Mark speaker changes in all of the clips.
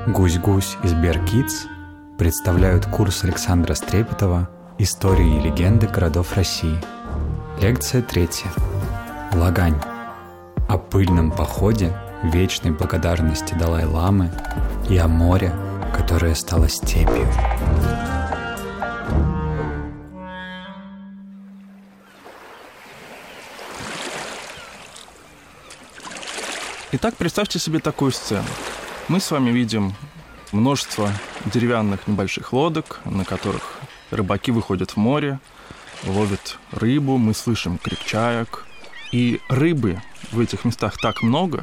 Speaker 1: Гусь-гусь и Сберкидс представляют курс Александра Стрепетова «Истории и легенды городов России». Лекция 3. Лагань. О пыльном походе, вечной благодарности Далай-ламы и о море, которое стало степью.
Speaker 2: Итак, представьте себе такую сцену. Мы с вами видим множество деревянных небольших лодок, на которых рыбаки выходят в море, ловят рыбу, мы слышим крик чаек. И рыбы в этих местах так много,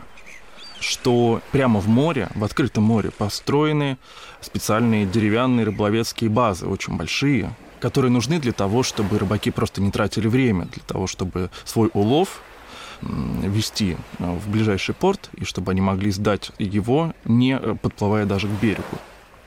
Speaker 2: что прямо в море, в открытом море, построены специальные деревянные рыболовецкие базы, очень большие, которые нужны для того, чтобы рыбаки просто не тратили время, для того, чтобы свой улов везти в ближайший порт, и чтобы они могли сдать его, не подплывая даже к берегу.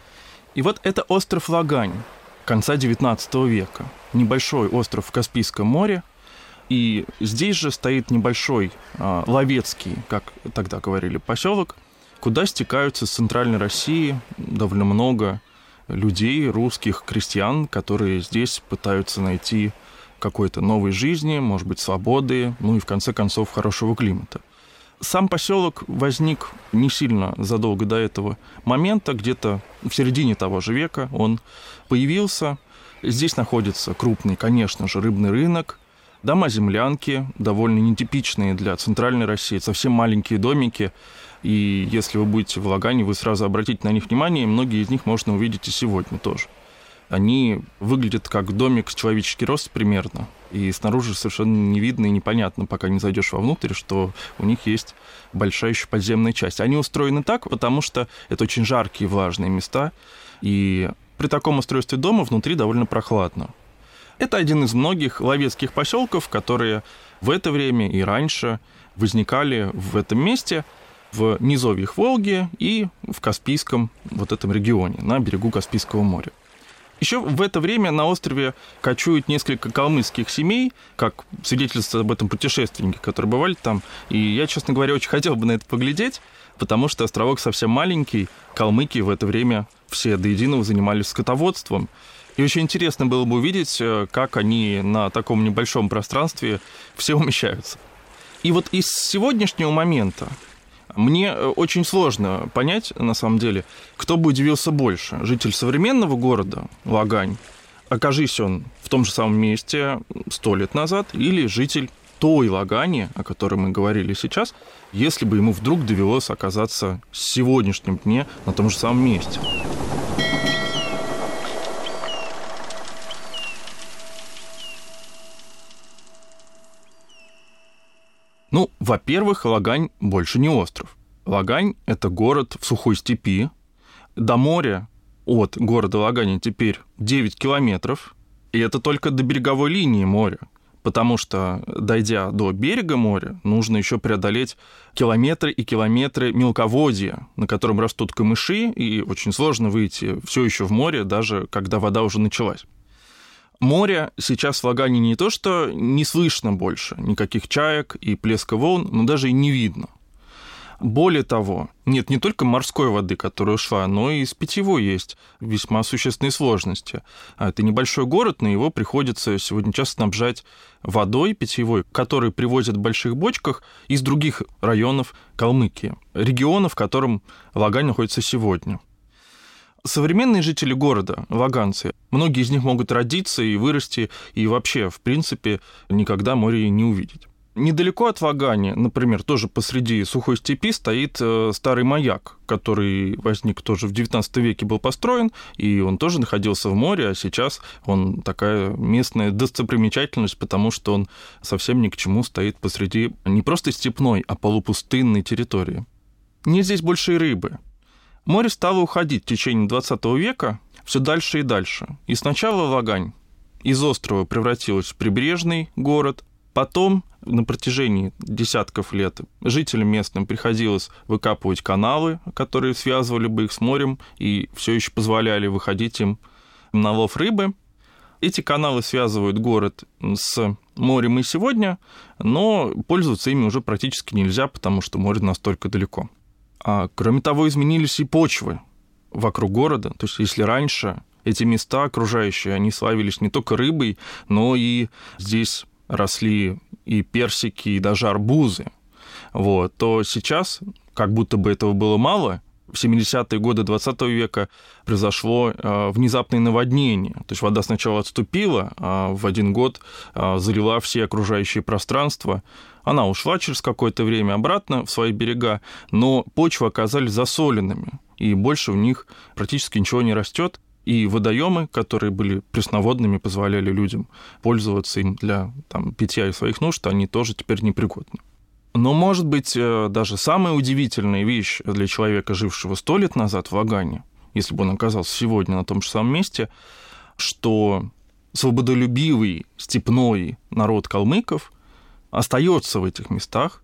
Speaker 2: И вот это остров Лагань конца XIX века. Небольшой остров в Каспийском море. И здесь же стоит небольшой Ловецкий, как тогда говорили, поселок, куда стекаются с центральной России довольно много людей, русских крестьян, которые здесь пытаются найти какой-то новой жизни, может быть, свободы, ну и, в конце концов, хорошего климата. Сам поселок возник не сильно задолго до этого момента, где-то в середине того же века он появился. Здесь находится крупный, конечно же, рыбный рынок, дома-землянки, довольно нетипичные для центральной России, совсем маленькие домики. И если вы будете в Лагане, вы сразу обратите на них внимание, и многие из них можно увидеть и сегодня тоже. Они выглядят как домик с человеческий рост примерно, и снаружи совершенно не видно и непонятно, пока не зайдешь вовнутрь, что у них есть большая еще подземная часть. Они устроены так, потому что это очень жаркие влажные места, и при таком устройстве дома внутри довольно прохладно. Это один из многих ловецких поселков, которые в это время и раньше возникали в этом месте, в низовьях Волги и в Каспийском вот этом регионе, на берегу Каспийского моря. Еще в это время на острове кочуют несколько калмыцких семей, как свидетельствуют об этом путешественники, которые бывали там. И я, честно говоря, очень хотел бы на это поглядеть, потому что островок совсем маленький, калмыки в это время все до единого занимались скотоводством. И очень интересно было бы увидеть, как они на таком небольшом пространстве все умещаются. И вот из сегодняшнего момента мне очень сложно понять, на самом деле, кто бы удивился больше. Житель современного города Лагань, окажись он в том же самом месте 100 лет назад, или житель той Лагани, о которой мы говорили сейчас, если бы ему вдруг довелось оказаться в сегодняшнем дне на том же самом месте. Ну, во-первых, Лагань больше не остров. Лагань – это город в сухой степи. До моря от города Лагани теперь 9 километров, и это только до береговой линии моря, потому что, дойдя до берега моря, нужно еще преодолеть километры и километры мелководья, на котором растут камыши, и очень сложно выйти все еще в море, даже когда вода уже началась. Море сейчас в Лагане не то, что не слышно больше никаких чаек и плеска волн, но даже и не видно. Более того, нет не только морской воды, которая ушла, но и из питьевой есть весьма существенные сложности. Это небольшой город, но его приходится сегодня часто снабжать водой питьевой, которую привозят в больших бочках из других районов Калмыкии, региона, в котором Лагань находится сегодня. Современные жители города, лаганцы, многие из них могут родиться и вырасти, и вообще, в принципе, никогда море не увидеть. Недалеко от Лагани, например, тоже посреди сухой степи, стоит старый маяк, который возник тоже в XIX веке, был построен, и он тоже находился в море, а сейчас он такая местная достопримечательность, потому что он совсем ни к чему стоит посреди не просто степной, а полупустынной территории. Нет здесь больше и рыбы. Море стало уходить в течение XX века все дальше и дальше. И сначала Лагань из острова превратилась в прибрежный город, потом на протяжении десятков лет жителям местным приходилось выкапывать каналы, которые связывали бы их с морем и все еще позволяли выходить им на лов рыбы. Эти каналы связывают город с морем и сегодня, но пользоваться ими уже практически нельзя, потому что море настолько далеко. А кроме того, изменились и почвы. вокруг города. То есть если раньше эти места окружающие, они славились не только рыбой, но и здесь росли и персики, и даже арбузы, вот, то сейчас, как будто бы этого было мало, в 70-е годы 20 века произошло внезапное наводнение. То есть вода сначала отступила, а в один год залила все окружающие пространства. Она ушла через какое-то время обратно в свои берега, но почвы оказались засоленными, и больше в них практически ничего не растет. И водоемы, которые были пресноводными, позволяли людям пользоваться им для питья и своих нужд, они тоже теперь непригодны. Но, может быть, даже самая удивительная вещь для человека, жившего 100 лет назад в Лагане, если бы он оказался сегодня на том же самом месте, что свободолюбивый степной народ калмыков остается в этих местах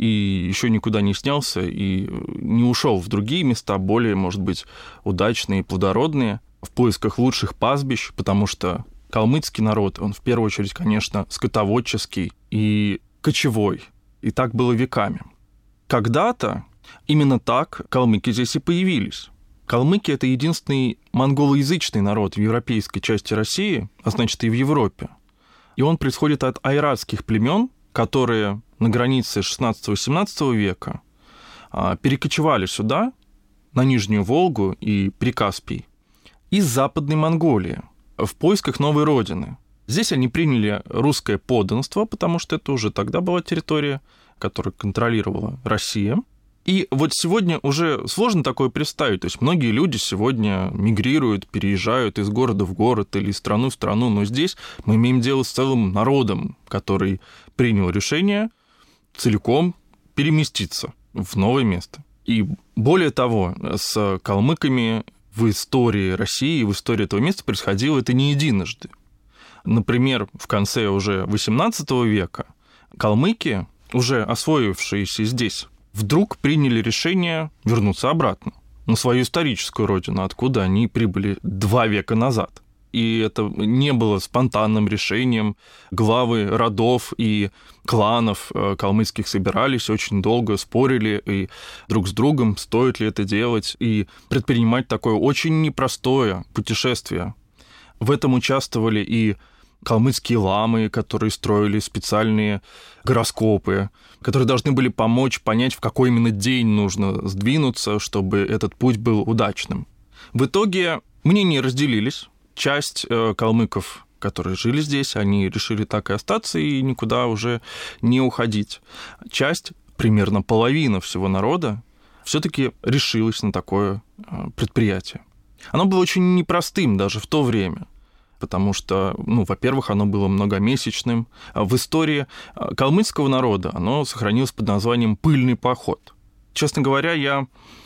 Speaker 2: и еще никуда не снялся и не ушел в другие места, более, может быть, удачные и плодородные, в поисках лучших пастбищ, потому что калмыцкий народ, он в первую очередь, конечно, скотоводческий и кочевой. И так было веками. Когда-то именно так калмыки здесь и появились. Калмыки — это единственный монголоязычный народ в европейской части России, а значит и в Европе. И он происходит от айратских племен, которые на границе 16-18 века перекочевали сюда, на Нижнюю Волгу и Прикаспий, из Западной Монголии в поисках новой родины. Здесь они приняли русское подданство, потому что это уже тогда была территория, которую контролировала Россия. И вот сегодня уже сложно такое представить. То есть многие люди сегодня мигрируют, переезжают из города в город или из страны в страну, но здесь мы имеем дело с целым народом, который принял решение целиком переместиться в новое место. И более того, с калмыками в истории России, в истории этого места происходило это не единожды. Например, в конце уже XVIII века калмыки, уже освоившиеся здесь, вдруг приняли решение вернуться обратно на свою историческую родину, откуда они прибыли 2 века назад. И это не было спонтанным решением. Главы родов и кланов калмыцких собирались, очень долго спорили и друг с другом, стоит ли это делать, и предпринимать такое очень непростое путешествие. В этом участвовали и калмыцкие ламы, которые строили специальные гороскопы, которые должны были помочь понять, в какой именно день нужно сдвинуться, чтобы этот путь был удачным. В итоге мнения разделились. Часть калмыков, которые жили здесь, они решили так и остаться и никуда уже не уходить. Часть, примерно половина всего народа, все-таки решилась на такое предприятие. Оно было очень непростым даже в то время, потому что, во-первых, оно было многомесячным. В истории калмыцкого народа оно сохранилось под названием «Пыльный поход». Честно говоря, я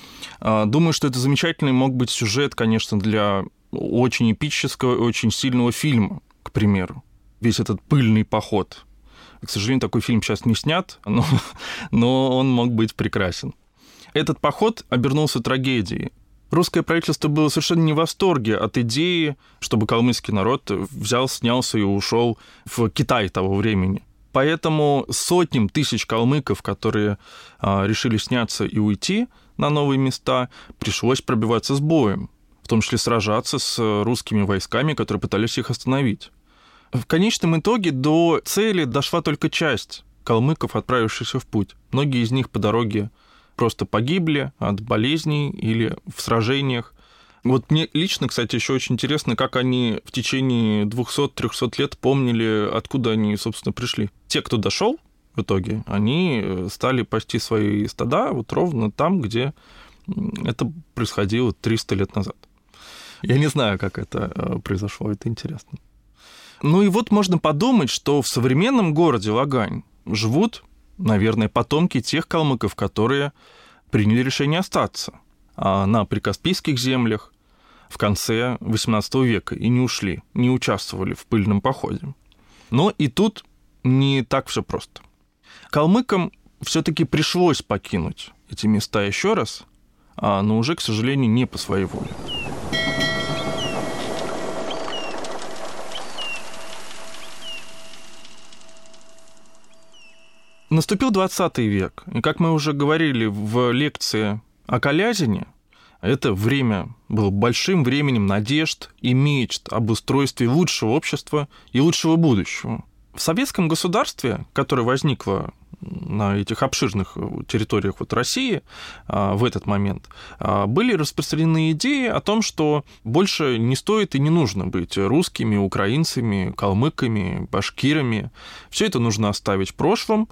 Speaker 2: думаю, что это замечательный мог быть сюжет, конечно, для очень эпического и очень сильного фильма, к примеру. Весь этот пыльный поход. К сожалению, такой фильм сейчас не снят, но он мог быть прекрасен. Этот поход обернулся трагедией. Русское правительство было совершенно не в восторге от идеи, чтобы калмыцкий народ взял, снялся и ушел в Китай того времени. Поэтому сотням тысяч калмыков, которые решили сняться и уйти на новые места, пришлось пробиваться с боем, в том числе сражаться с русскими войсками, которые пытались их остановить. В конечном итоге до цели дошла только часть калмыков, отправившихся в путь. Многие из них по дороге просто погибли от болезней или в сражениях. Вот мне лично, кстати, еще очень интересно, как они в течение 200-300 лет помнили, откуда они, собственно, пришли. Те, кто дошел в итоге, они стали пасти свои стада вот ровно там, где это происходило 300 лет назад. Я не знаю, как это произошло, это интересно. Ну и вот можно подумать, что в современном городе Лагань живут, наверное, потомки тех калмыков, которые приняли решение остаться на прикаспийских землях в конце XVIII века и не ушли, не участвовали в пыльном походе. Но и тут не так все просто. Калмыкам все-таки пришлось покинуть эти места еще раз, но уже, к сожалению, не по своей воле. Наступил 20 век, и, как мы уже говорили в лекции о Калязине, Это время было большим временем надежд и мечт об устройстве лучшего общества и лучшего будущего. В советском государстве, которое возникло на этих обширных территориях России в этот момент, были распространены идеи о том, что больше не стоит и не нужно быть русскими, украинцами, калмыками, башкирами. Все это нужно оставить в прошлом,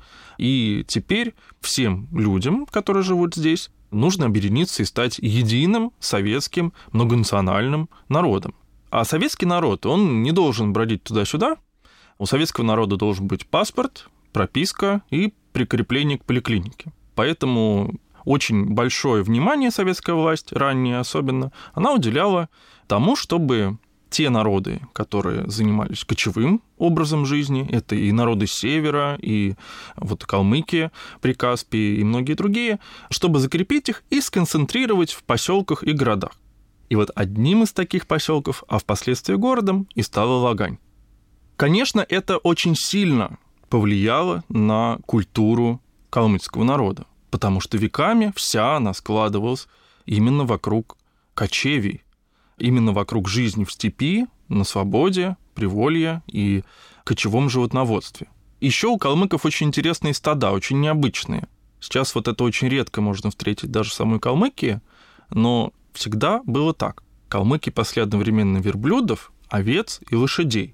Speaker 2: и теперь всем людям, которые живут здесь, нужно объединиться и стать единым советским многонациональным народом. А советский народ, он не должен бродить туда-сюда. У советского народа должен быть паспорт, прописка и прикрепление к поликлинике. Поэтому очень большое внимание советская власть, ранее особенно, она уделяла тому, чтобы те народы, которые занимались кочевым образом жизни, это и народы Севера, и Калмыкия, Прикаспия и многие другие, чтобы закрепить их и сконцентрировать в поселках и городах. И одним из таких поселков, а впоследствии городом, и стала Лагань. Конечно, это очень сильно повлияло на культуру калмыцкого народа, потому что веками вся она складывалась именно вокруг кочевий, именно вокруг жизни в степи, на свободе, приволье и кочевом животноводстве. Еще у калмыков очень интересные стада, очень необычные. Сейчас это очень редко можно встретить даже в самой Калмыкии, но всегда было так. Калмыки пасли одновременно верблюдов, овец и лошадей.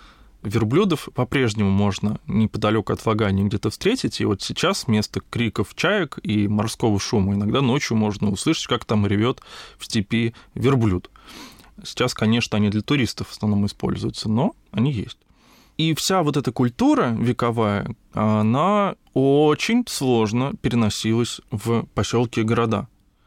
Speaker 2: Верблюдов по-прежнему можно неподалеку от Лагани где-то встретить, и сейчас вместо криков чаек и морского шума иногда ночью можно услышать, как там ревет в степи верблюд. Сейчас, конечно, они для туристов в основном используются, но они есть. И вся эта культура вековая, она очень сложно переносилась в поселки и города.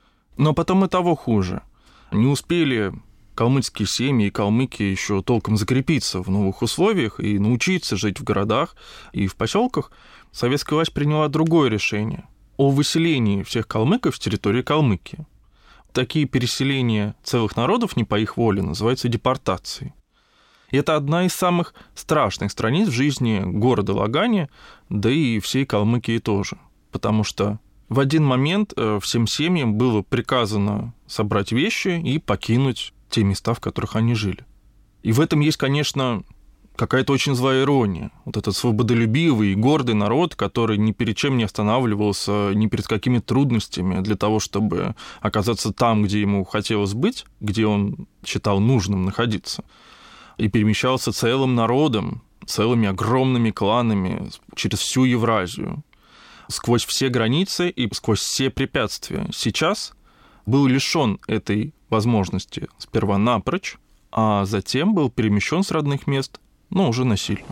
Speaker 2: Но потом и того хуже. Не успели калмыцкие семьи и калмыки еще толком закрепиться в новых условиях и научиться жить в городах и в поселках, советская власть приняла другое решение о выселении всех калмыков с территории Калмыкии. Такие переселения целых народов не по их воле называются депортацией. И это одна из самых страшных страниц в жизни города Лагани, да и всей Калмыкии тоже, потому что в один момент всем семьям было приказано собрать вещи и покинуть те места, в которых они жили. И в этом есть, конечно, какая-то очень злая ирония. Этот свободолюбивый и гордый народ, который ни перед чем не останавливался, ни перед какими трудностями для того, чтобы оказаться там, где ему хотелось быть, где он считал нужным находиться, и перемещался целым народом, целыми огромными кланами через всю Евразию, сквозь все границы и сквозь все препятствия. Сейчас был лишен этой возможности сперва напрочь, а затем был перемещен с родных мест, но уже насильно.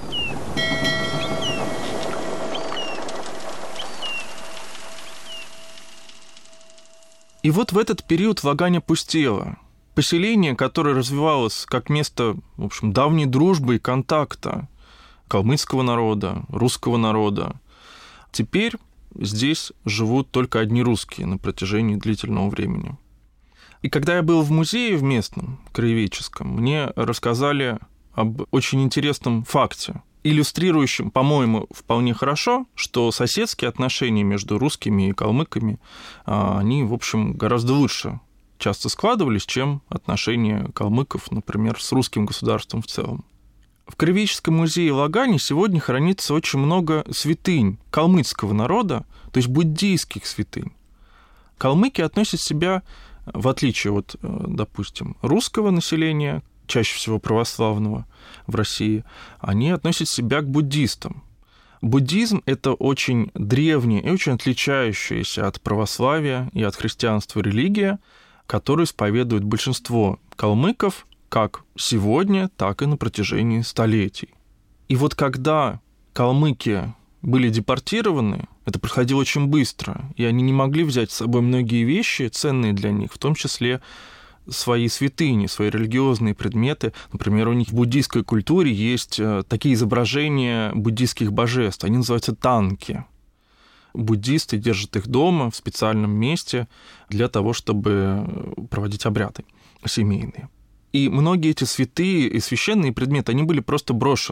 Speaker 2: И в этот период Лагань опустела. Поселение, которое развивалось как место, в общем, давней дружбы и контакта калмыцкого народа, русского народа, теперь здесь живут только одни русские на протяжении длительного времени. И когда я был в музее в местном, краеведческом, мне рассказали об очень интересном факте, иллюстрирующем, по-моему, вполне хорошо, что соседские отношения между русскими и калмыками, они, в общем, гораздо лучше часто складывались, чем отношения калмыков, например, с русским государством в целом. В краеведческом музее Лагани сегодня хранится очень много святынь калмыцкого народа, то есть буддийских святынь. Калмыки относят себя, в отличие от, допустим, русского населения, чаще всего православного в России, они относят себя к буддистам. Буддизм — это очень древняя и очень отличающаяся от православия и от христианства религия, которую исповедует большинство калмыков как сегодня, так и на протяжении столетий. И когда калмыки были депортированы, это происходило очень быстро, и они не могли взять с собой многие вещи, ценные для них, в том числе свои святыни, свои религиозные предметы. Например, у них в буддийской культуре есть такие изображения буддийских божеств, они называются танки. Буддисты держат их дома в специальном месте для того, чтобы проводить обряды семейные. И многие эти святые и священные предметы, они были просто брошены.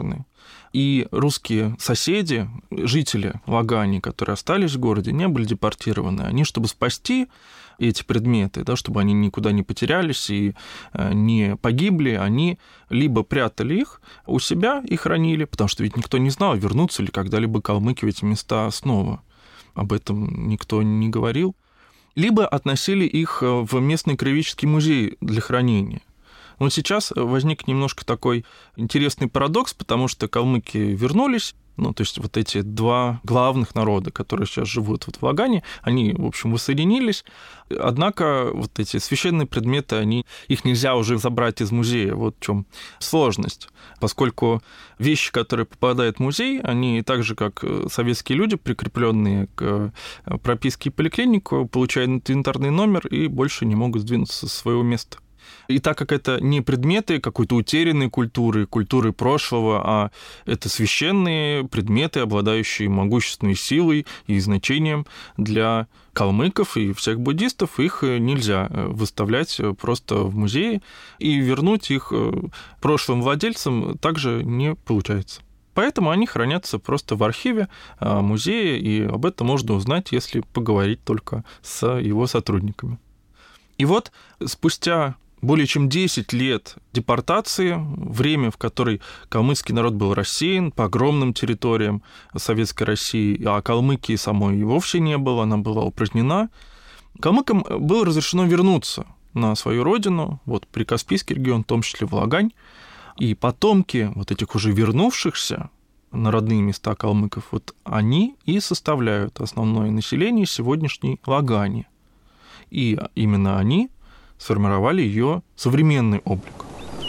Speaker 2: И русские соседи, жители Лагани, которые остались в городе, не были депортированы. Они, чтобы спасти эти предметы, да, чтобы они никуда не потерялись и не погибли, они либо прятали их у себя и хранили, потому что ведь никто не знал, вернутся ли когда-либо калмыки в эти места снова. Об этом никто не говорил. Либо относили их в местный краеведческий музей для хранения. Но сейчас возник немножко такой интересный парадокс, потому что калмыки вернулись, то есть вот эти два главных народа, которые сейчас живут в Лагане, они, в общем, воссоединились, однако вот эти священные предметы, их нельзя уже забрать из музея, вот в чем сложность, поскольку вещи, которые попадают в музей, они так же, как советские люди, прикрепленные к прописке и поликлинику, получают инвентарный номер и больше не могут сдвинуться со своего места. И так как это не предметы какой-то утерянной культуры прошлого, а это священные предметы, обладающие могущественной силой и значением для калмыков и всех буддистов, их нельзя выставлять просто в музее, и вернуть их прошлым владельцам также не получается. Поэтому они хранятся просто в архиве музея, и об этом можно узнать, если поговорить только с его сотрудниками. И вот спустя более чем 10 лет депортации, время, в которое калмыцкий народ был рассеян по огромным территориям Советской России, а Калмыкии самой и вовсе не было, она была упразднена, калмыкам было разрешено вернуться на свою родину, вот Прикаспийский регион, в том числе в Лагань, и потомки вот этих уже вернувшихся на родные места калмыков, вот они и составляют основное население сегодняшней Лагани. И именно они сформировали ее современный облик.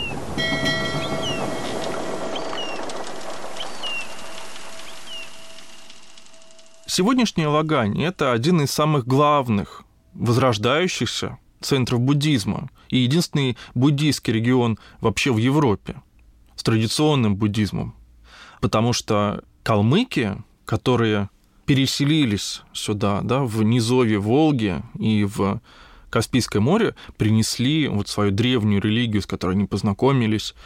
Speaker 2: Сегодняшняя Лагань – это один из самых главных возрождающихся центров буддизма и единственный буддийский регион вообще в Европе с традиционным буддизмом, потому что калмыки, которые переселились сюда, да, в низовье Волги и в Каспийское море, принесли вот свою древнюю религию, с которой они познакомились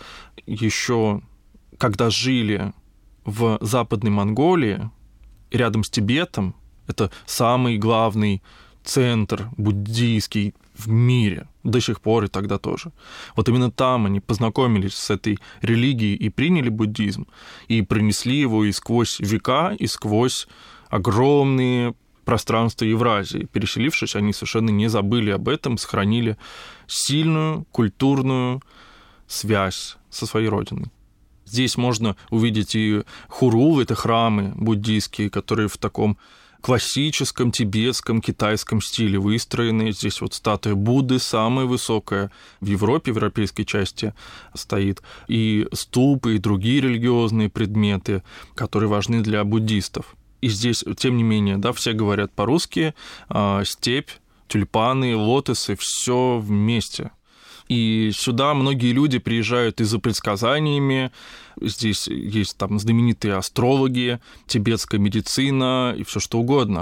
Speaker 2: еще когда жили в Западной Монголии, рядом с Тибетом. Это самый главный центр буддийский в мире, до сих пор и тогда тоже. Вот именно там они познакомились с этой религией и приняли буддизм, и принесли его и сквозь века, и сквозь огромные пространства Евразии. Переселившись, они совершенно не забыли об этом, сохранили сильную культурную связь со своей родиной. Здесь можно увидеть и хурулы, это храмы буддийские, которые в таком классическом тибетском, китайском стиле выстроены. Здесь вот статуя Будды, самая высокая в Европе, в европейской части стоит, и ступы, и другие религиозные предметы, которые важны для буддистов. И здесь, тем не менее, да, все говорят по-русски, степь, тюльпаны, лотосы, все вместе. И сюда многие люди приезжают и за предсказаниями. Здесь есть там знаменитые астрологи, тибетская медицина и все что угодно.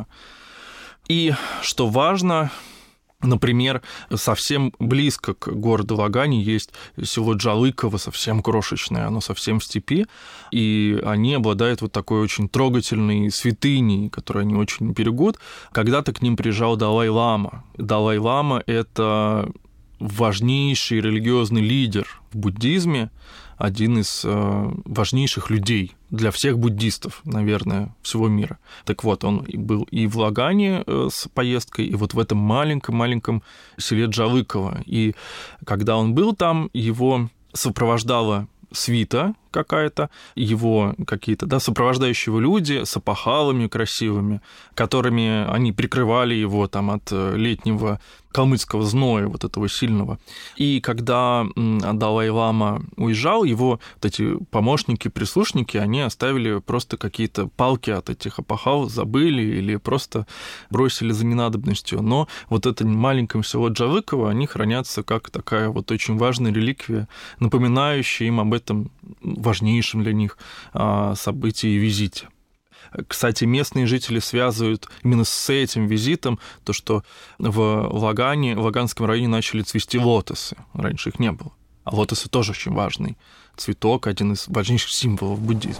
Speaker 2: И что важно, например, совсем близко к городу Лагани есть село Джалыково, совсем крошечное, оно совсем в степи, и они обладают вот такой очень трогательной святыней, которую они очень берегут. Когда-то к ним приезжал Далай-лама. Далай-лама – это важнейший религиозный лидер в буддизме, один из важнейших людей для всех буддистов, наверное, всего мира. Так вот, он был и в Лагане с поездкой, и вот в этом маленьком селе Джалыково. И когда он был там, его сопровождала свита какая-то, его какие-то, да, сопровождающие его люди с опахалами красивыми, которыми они прикрывали его там от летнего калмыцкого зноя, вот этого сильного. И когда Далай-лама уезжал, его вот эти помощники, прислушники, они оставили просто какие-то палки от этих опахал, забыли или просто бросили за ненадобностью. Но вот это маленькое село Джалыково, они хранятся как такая вот очень важная реликвия, напоминающая им об этом важнейшем для них событии и визите. Кстати, местные жители связывают именно с этим визитом то, что в Лагане, в Лаганском районе начали цвести лотосы. Раньше их не было. А лотосы тоже очень важный цветок, один из важнейших символов буддизма.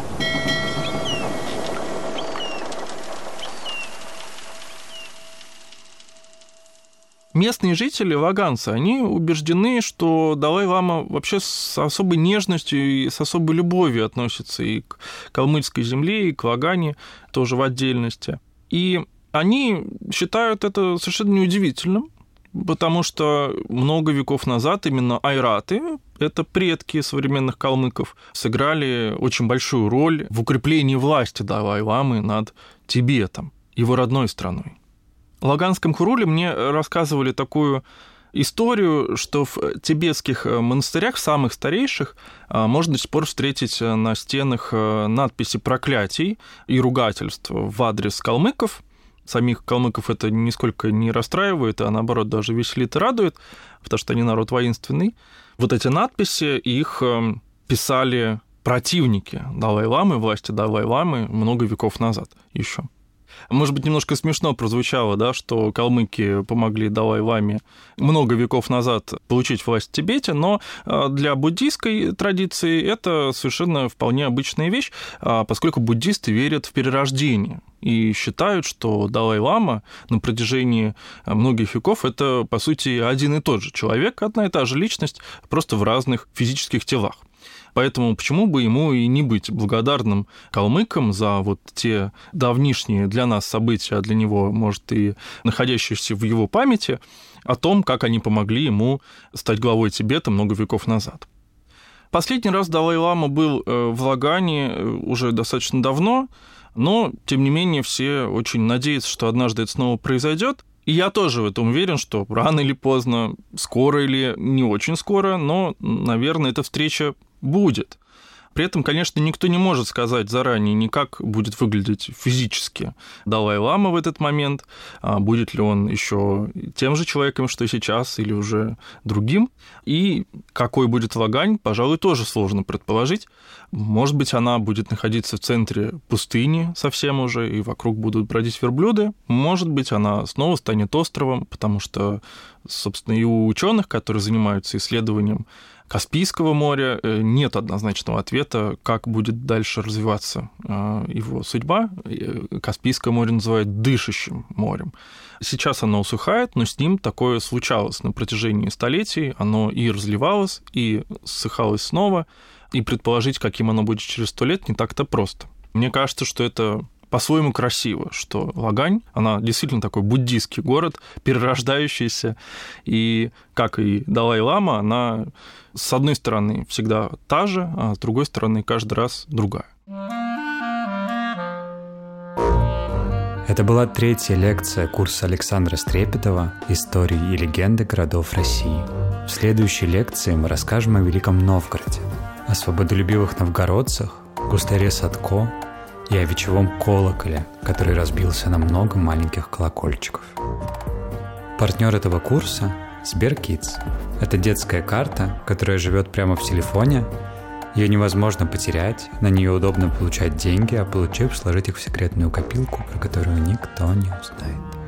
Speaker 2: Местные жители, лаганцы, они убеждены, что Далай-лама вообще с особой нежностью и с особой любовью относится и к калмыцкой земле, и к Лагане тоже в отдельности. И они считают это совершенно неудивительным, потому что много веков назад именно айраты, это предки современных калмыков, сыграли очень большую роль в укреплении власти Далай-ламы над Тибетом, его родной страной. В Лаганском Хуруле мне рассказывали такую историю, что в тибетских монастырях, самых старейших, можно до сих пор встретить на стенах надписи проклятий и ругательств в адрес калмыков. Самих калмыков это нисколько не расстраивает, а наоборот даже веселит и радует, потому что они народ воинственный. Вот эти надписи, их писали противники Далай-ламы, власти Далай-ламы много веков назад еще. Может быть, немножко смешно прозвучало, да, что калмыки помогли Далай-ламе много веков назад получить власть в Тибете, но для буддийской традиции это совершенно вполне обычная вещь, поскольку буддисты верят в перерождение и считают, что Далай-лама на протяжении многих веков это, по сути, один и тот же человек, одна и та же личность, просто в разных физических телах. Поэтому почему бы ему и не быть благодарным калмыкам за вот те давнишние для нас события, а для него, может, и находящиеся в его памяти, о том, как они помогли ему стать главой Тибета много веков назад. Последний раз Далай-лама был в Лагане уже достаточно давно, но, тем не менее, все очень надеются, что однажды это снова произойдет. И я тоже в этом уверен, что рано или поздно, скоро или не очень скоро, но, наверное, эта встреча будет. При этом, конечно, никто не может сказать заранее ни как будет выглядеть физически Далай-лама в этот момент, будет ли он еще тем же человеком, что и сейчас, или уже другим. И какой будет Лагань, пожалуй, тоже сложно предположить. Может быть, она будет находиться в центре пустыни совсем уже, и вокруг будут бродить верблюды. Может быть, она снова станет островом, потому что, собственно, и у ученых, которые занимаются исследованием Каспийского моря, нет однозначного ответа, как будет дальше развиваться его судьба. Каспийское море называют дышащим морем. Сейчас оно усыхает, но с ним такое случалось на протяжении столетий. Оно и разливалось, и ссыхалось снова, и предположить, каким оно будет через 100 лет, не так-то просто. Мне кажется, что это по-своему красиво, что Лагань, она действительно такой буддийский город, перерождающийся, и, как и Далай-лама, она, с одной стороны, всегда та же, а с другой стороны, каждый раз другая.
Speaker 1: Это была 3-я лекция курса Александра Стрепетова «Истории и легенды городов России». В следующей лекции мы расскажем о Великом Новгороде, о свободолюбивых новгородцах, Густаре Садко и о вечевом колоколе, который разбился на много маленьких колокольчиков. Партнер этого курса – Сберкидс. Это детская карта, которая живет прямо в телефоне. Ее невозможно потерять, на нее удобно получать деньги, а получив, сложить их в секретную копилку, про которую никто не узнает.